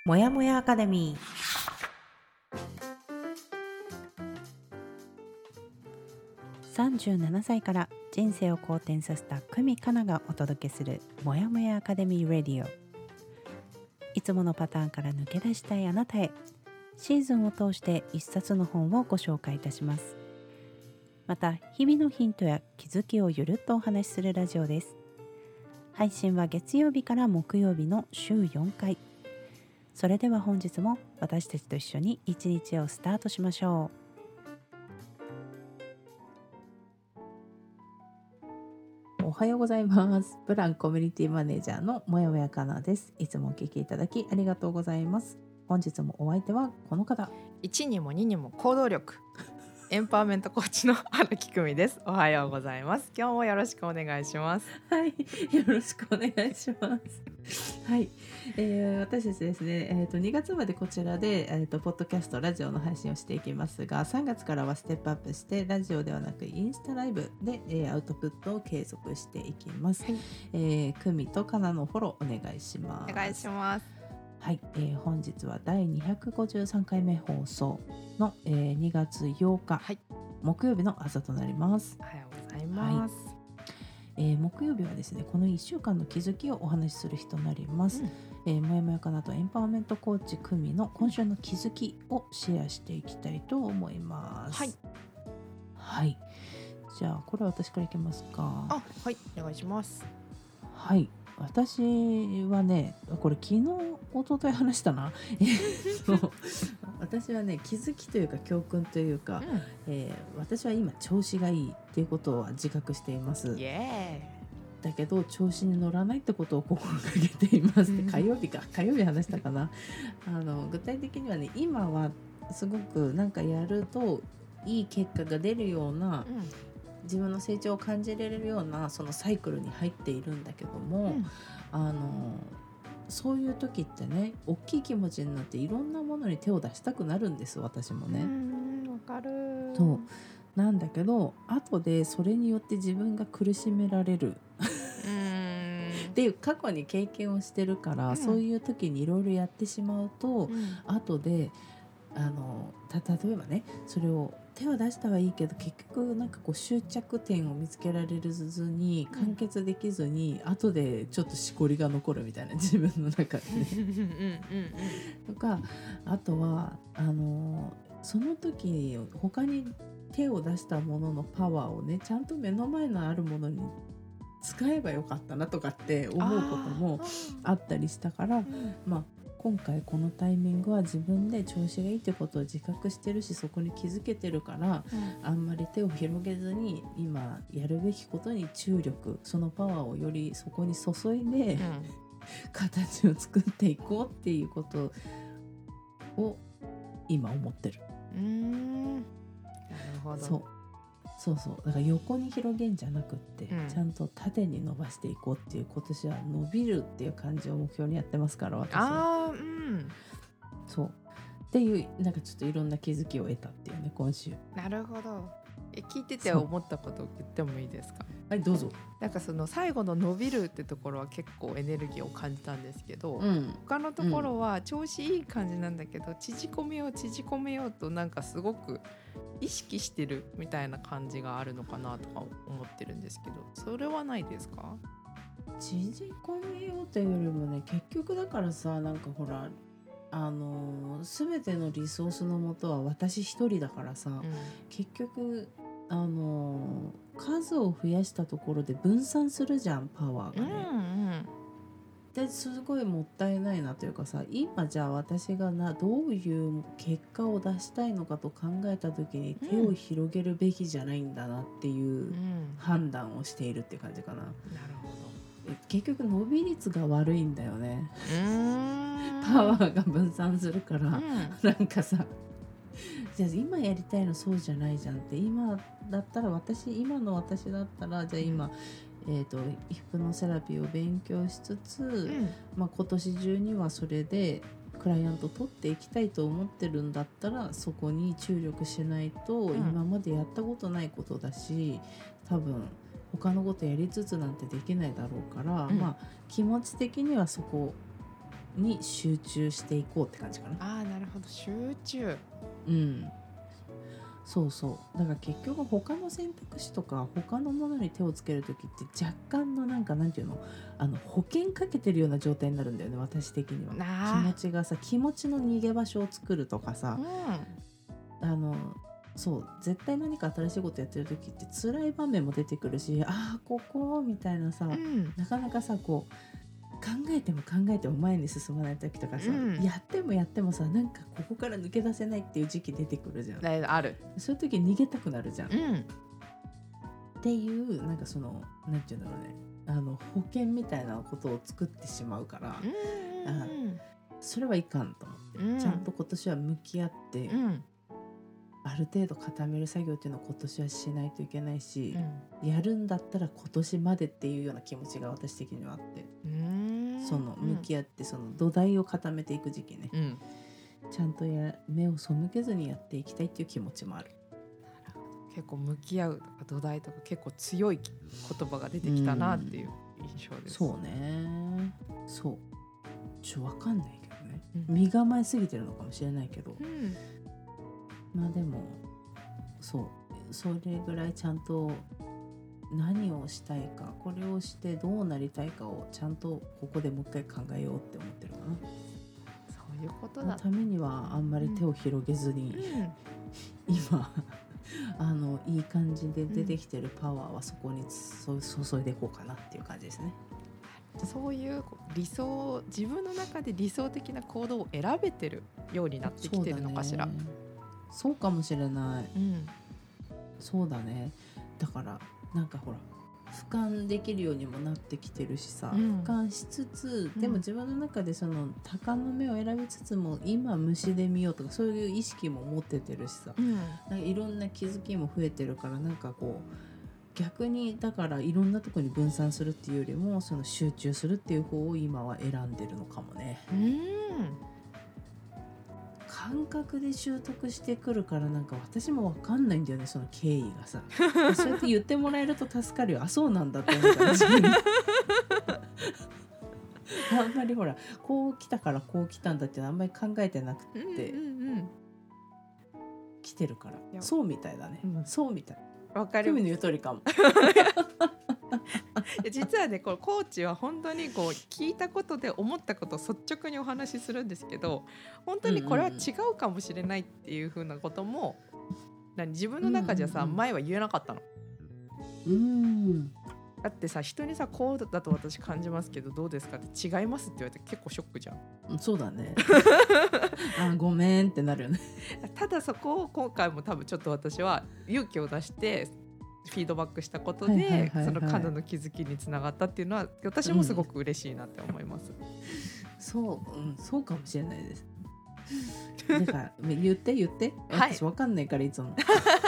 もやもやアカデミー。37歳から人生を好転させた久美かながお届けするもやもやアカデミーラディオ。いつものパターンから抜け出したいあなたへ、シーズンを通して一冊の本をご紹介いたします。また日々のヒントや気づきをゆるっとお話しするラジオです。配信は月曜日から木曜日の週4回。それでは本日も私たちと一緒に一日をスタートしましょう。おはようございます。プランコミュニティマネージャーのもやもやかなです。いつもお聞きいただきありがとうございます。本日もお相手はこの方。 1にも2にも行動力エンパワーメントコーチの荒木久美です。おはようございます。今日もよろしくお願いします。 はい、よろしくお願いします。はい、私たちですね、2月までこちらで、ポッドキャストラジオの配信をしていきますが、3月からはステップアップしてラジオではなくインスタライブで、アウトプットを継続していきます。 はい、 久美とかなのフォローお願いします。 お願いします。 はい、本日は第253回目放送の、2月8日、 はい、 木曜日の朝となります。 おはようございます。 木曜日はですね、この1週間の気づきをお話しする日となります。もやもやかなとエンパワーメントコーチ久美の今週の気づきをシェアしていきたいと思います。 はい、 はい、じゃあこれは私からいきますか。 あ、はい、お願いします。 はい、私はね、これ昨日一昨日話したな私はね、気づきというか教訓というか、私は今調子がいいっていうことは自覚しています。 イエだけど調子に乗らないってことを心がけていますって火曜日話したかな具体的にはね、今はすごくなんかやるといい結果が出るような、自分の成長を感じられるようなそのサイクルに入っているんだけども、そういう時ってね、大きい気持ちになっていろんなものに手を出したくなるんです、私もね。 わかる。 そうなんだけど、後でそれによって自分が苦しめられるっていう過去に経験をしてるから、そういう時にいろいろやってしまうと、後で例えばね、それを手を出したはいいけど結局なんかこう終着点を見つけられずに完結できずに、後でちょっとしこりが残るみたいな、自分の中でねとか、あとはその時他に手を出したもののパワーをね、ちゃんと目の前のあるものに使えばよかったなとかって思うこともあったりしたから、今回このタイミングは自分で調子がいいってことを自覚してるし、そこに気づけてるから、あんまり手を広げずに今やるべきことに注力、そのパワーをよりそこに注いで、形を作っていこうっていうことを今思ってる。 なるほど。 そうだから横に広げんじゃなくって、ちゃんと縦に伸ばしていこうっていう、今年は伸びるっていう感じを目標にやってますから、私は。そうっていう、なんかちょっといろんな気づきを得たっていうね、今週。 なるほど。聞いてて思ったことを言ってもいいですか？ はい、どうぞ。 なんかその最後の伸びるってところは結構エネルギーを感じたんですけど、他のところは調子いい感じなんだけど、縮こめようとなんかすごく意識してるみたいな感じがあるのかなとか思ってるんですけど、それはないですか？ 縮こめようというよりもね、結局だからさ、なんかほら全てのリソースのもとは私一人だからさ、結局数を増やしたところで分散するじゃん、パワーがね。ですごいもったいないなというかさ、今じゃあ私がどういう結果を出したいのかと考えた時に手を広げるべきじゃないんだなっていう判断をしているっていう感じかな。 なるほど。 結局伸び率が悪いんだよね。パワーが分散するから、なんかさ、じゃあ今やりたいのそうじゃないじゃんって。今だったら今の私だったら、じゃあ今、ヒプノセラピーを勉強しつつ、今年中にはそれでクライアント取っていきたいと思ってるんだったら、そこに注力しないと、今までやったことないことだし、多分他のことやりつつなんてできないだろうから、気持ち的にはそこに集中していこうって感じかな。 ああ、なるほど、集中。 うん、そうそうだから結局他の選択肢とか他のものに手をつけるときって若干のなんていうの保険かけてるような状態になるんだよね、私的には。気持ちがさ、気持ちの逃げ場所を作るとかさ、そう絶対何か新しいことやってるときって辛い場面も出てくるし、ここみたいなさ、なかなかさこう考えても考えても前に進まない時とかさ、やってもやってもさなんかここから抜け出せないっていう時期出てくるじゃん。 ある。 そういう時逃げたくなるじゃん、っていうなんかそのなんていうんだろうね、保険みたいなことを作ってしまうから、それはいかんと思って、ちゃんと今年は向き合って、ある程度固める作業っていうのを今年はしないといけないし、やるんだったら今年までっていうような気持ちが私的にはあって、その向き合ってその土台を固めていく時期ね、ちゃんと目を背けずにやっていきたいっていう気持ちもある。 結構向き合うとか土台とか結構強い言葉が出てきたなっていう印象です。 そうね、そう分かんないけどね、身構えすぎてるのかもしれないけど、まあでもそれぐらいちゃんと何をしたいか、これをしてどうなりたいかをちゃんとここでもう一回考えようって思ってるかな。 そういうことだ。 そのためにはあんまり手を広げずに、今いい感じで出てきてるパワーはそこに注いでいこうかなっていう感じですね。 そういう理想、自分の中で理想的な行動を選べてるようになってきてるのかしら。 そうかもしれない、そうだね。だからなんかほら俯瞰できるようにもなってきてるしさ、俯瞰しつつでも自分の中でその鷹の目を選びつつも今虫で見ようとかそういう意識も持っててるしさ、なんかいろんな気づきも増えてるから、なんかこう逆にだからいろんなところに分散するっていうよりもその集中するっていう方を今は選んでるのかもね。感覚で習得してくるからなんか私も分かんないんだよね、その経緯がさそうやって言ってもらえると助かるよ。そうなんだって思ったあんまりほらこう来たからこう来たんだってあんまり考えてなくて、来てるからそうみたいだね、そうみたい。 わかる。 の言う通りかも実はね、このコーチは本当にこう聞いたことで思ったことを率直にお話しするんですけど、本当にこれは違うかもしれないっていうふうなことも、自分の中じゃさ、前は言えなかったの。だってさ、人にさこうだと私感じますけどどうですかって違いますって言われて結構ショックじゃん。 そうだねごめんってなるよねただそこを今回も多分ちょっと私は勇気を出してフィードバックしたことで、その彼の気づきにつながったっていうのは私もすごく嬉しいなって思います。 そうかもしれないですだから言って私分かんないからいつも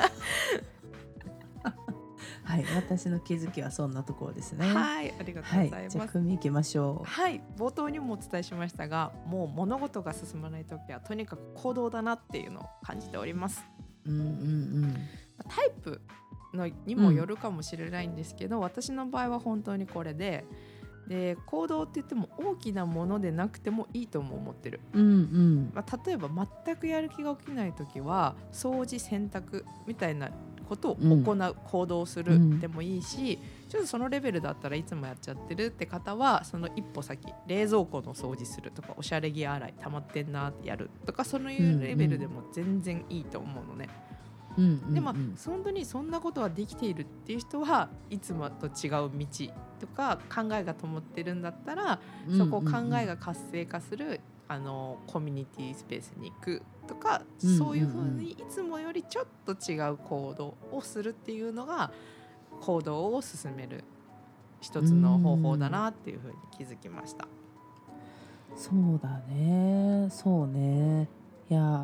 はい、私の気づきはそんなところですね。 はい、ありがとうございます。 じゃあ組行きましょう。 はい、冒頭にもお伝えしましたが、もう物事が進まないときはとにかく行動だなっていうのを感じております。タイプにもよるかもしれないんですけど、私の場合は本当にこれで行動って言っても大きなものでなくてもいいとも思ってる。例えば全くやる気が起きないときは掃除洗濯みたいなことを行う、行動するでもいいし、ちょっとそのレベルだったらいつもやっちゃってるって方はその一歩先、冷蔵庫の掃除するとかおしゃれ着洗い溜まってんなってやるとか、そういうレベルでも全然いいと思うのね。でも本当にそんなことはできているっていう人はいつもと違う道とか考えが灯ってるんだったら、そこを考えが活性化するコミュニティスペースに行くとか、そういう風にいつもよりちょっと違う行動をするっていうのが行動を進める一つの方法だなっていう風に気づきました。 そうだね、そうね。いや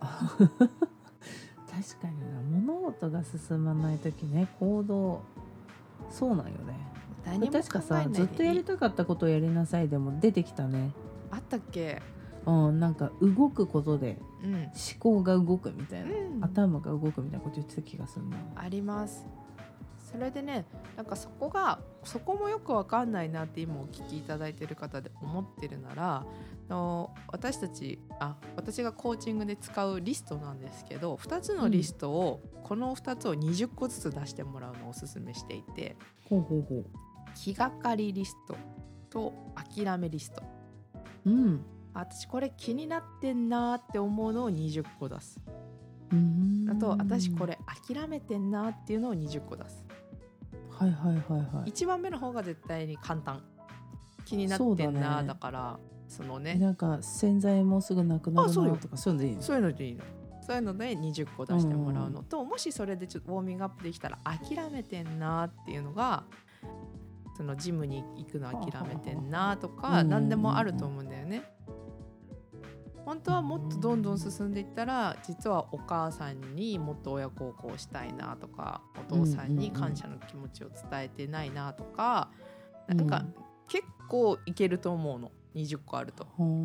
確かにな、物事が進まないときね、行動そうなんよね。確かさ、ずっとやりたかったことをやりなさいでも出てきたね。 あったっけ？ なんか動くことで思考が動くみたいな、頭が動くみたいなこと言ってた気がするな。 あります。それでね、なんかそこもよくわかんないなって今お聞きいただいてる方で思ってるなら、 私がコーチングで使うリストなんですけど、2つのリストを、この2つを20個ずつ出してもらうのをおすすめしていて、気がかりリストと諦めリスト、私これ気になってんなって思うのを20個出す。あと私これ諦めてんなっていうのを20個出す。1番目の方が絶対に簡単。気になってんな、だからそのね、 なんか洗剤もうすぐなくなるなとか、そういうのでいいの？ そういうのでいいの。そういうので20個出してもらうのと、もしそれでちょっとウォーミングアップできたら諦めてんなっていうのが、そのジムに行くの諦めてんなとか、何でもあると思うんだよね。本当はもっとどんどん進んでいったら、実はお母さんにもっと親孝行したいなとか、お父さんに感謝の気持ちを伝えてないなとか、なんか結構いけると思うの、20個あると。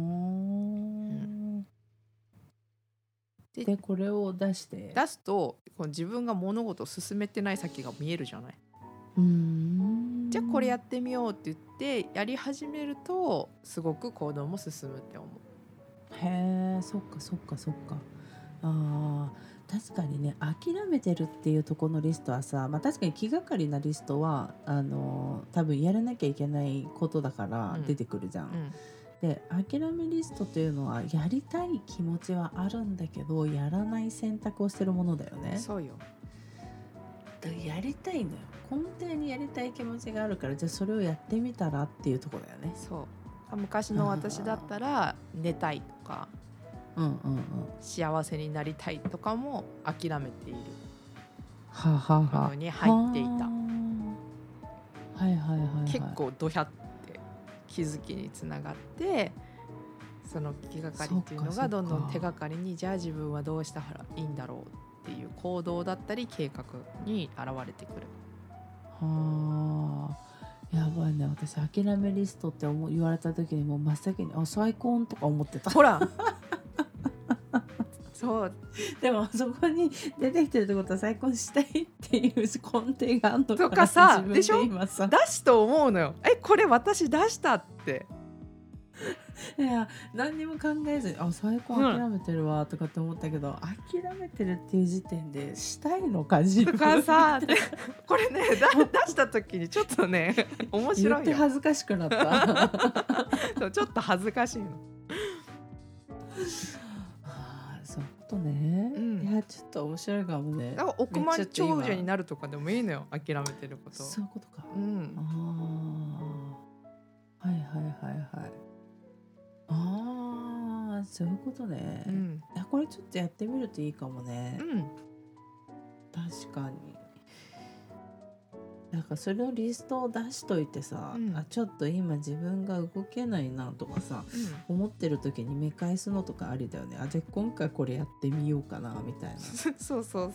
でこれを出すと、自分が物事を進めてない先が見えるじゃない。じゃあこれやってみようって言ってやり始めると、すごく行動も進むって思う。 へえ、そっか。確かにね、諦めてるっていうところのリストはさ、確かに気がかりなリストは多分やらなきゃいけないことだから出てくるじゃん。で諦めリストというのは、やりたい気持ちはあるんだけどやらない選択をしてるものだよね。 そうよ。 やりたいのよ、根底にやりたい気持ちがあるから、じゃあそれをやってみたらっていうところだよね。 そう、昔の私だったら寝たいとか、幸せになりたいとかも諦めているものに入っていた。結構ドヒャって気づきにつながって、その気がかりっていうのがどんどん手がかりに、じゃあ自分はどうしたらいいんだろうっていう行動だったり計画に現れてくる。 やばいね、私諦めリストって言われた時にもう真っ先に最高とか思ってた。 ほらそうでもそこに出てきてるってことは再婚したいっていう根底があるのかなとかさ、でしょ、出すと思うのよ。これ私出したって。 いや何にも考えずに再婚諦めてるわとかって思ったけど、諦めてるっていう時点でしたいのか自分とかさこれね出した時にちょっとね面白いよ。 言って恥ずかしくなったそう、ちょっと恥ずかしいの。 そういうことね、いやちょっと面白いかもね。 だから億万長者になるとかでもいいのよ、諦めてること。 そういうことか。そういうことね、これちょっとやってみるといいかもね、確かに。なんかそれをリストを出しといてさ、ちょっと今自分が動けないなとかさ、思ってる時に見返すのとかありだよね。じゃあ今回これやってみようかなみたいなそうでも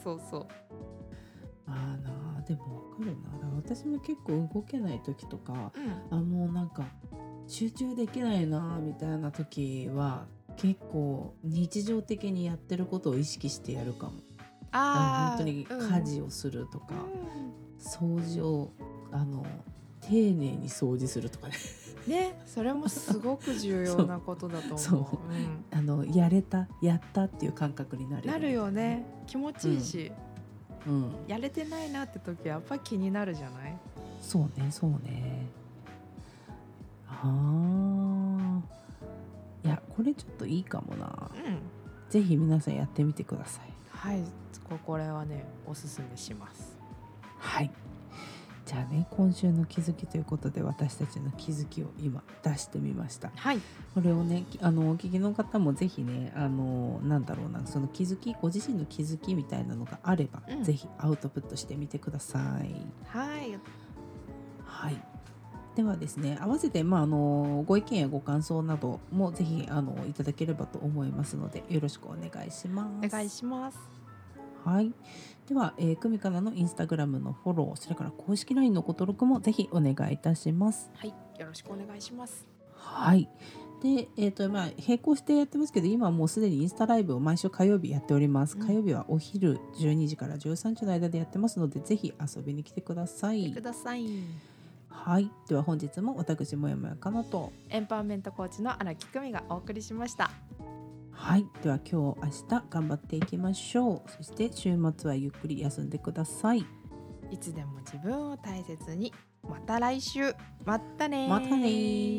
分かるな。だから私も結構動けない時とか、もうなんか集中できないなみたいな時は結構日常的にやってることを意識してやるかも。本当に家事をするとか、掃除を丁寧に掃除するとかね。それもすごく重要なことだと思う。 やったっていう感覚になるよね。気持ちいいし、やれてないなって時はやっぱり気になるじゃない。 そうね。いやこれちょっといいかもな、ぜひ皆さんやってみてください。 はい、これはねおすすめします。 はい、じゃあね、今週の気づきということで私たちの気づきを今出してみました。これをねお聞きの方もぜひねなんだろうな、その気づき、ご自身の気づきみたいなのがあれば、ぜひアウトプットしてみてください。ではですね、合わせて、ご意見やご感想などもぜひいただければと思いますのでよろしくお願いします。 お願いします。 では、久美かなのインスタグラムのフォロー、それから公式 LINE のご登録もぜひお願いいたします。 よろしくお願いします。 で、並行してやってますけど、今はもうすでにインスタライブを毎週火曜日やっております。火曜日はお昼12時から13時の間でやってますので、ぜひ遊びに来てください。 はい、では本日も私もやもやかなとエンパワーメントコーチの荒木久美がお送りしました。 はい、では今日明日頑張っていきましょう。そして週末はゆっくり休んでください。 いつでも自分を大切に。また来週。またね。 またね。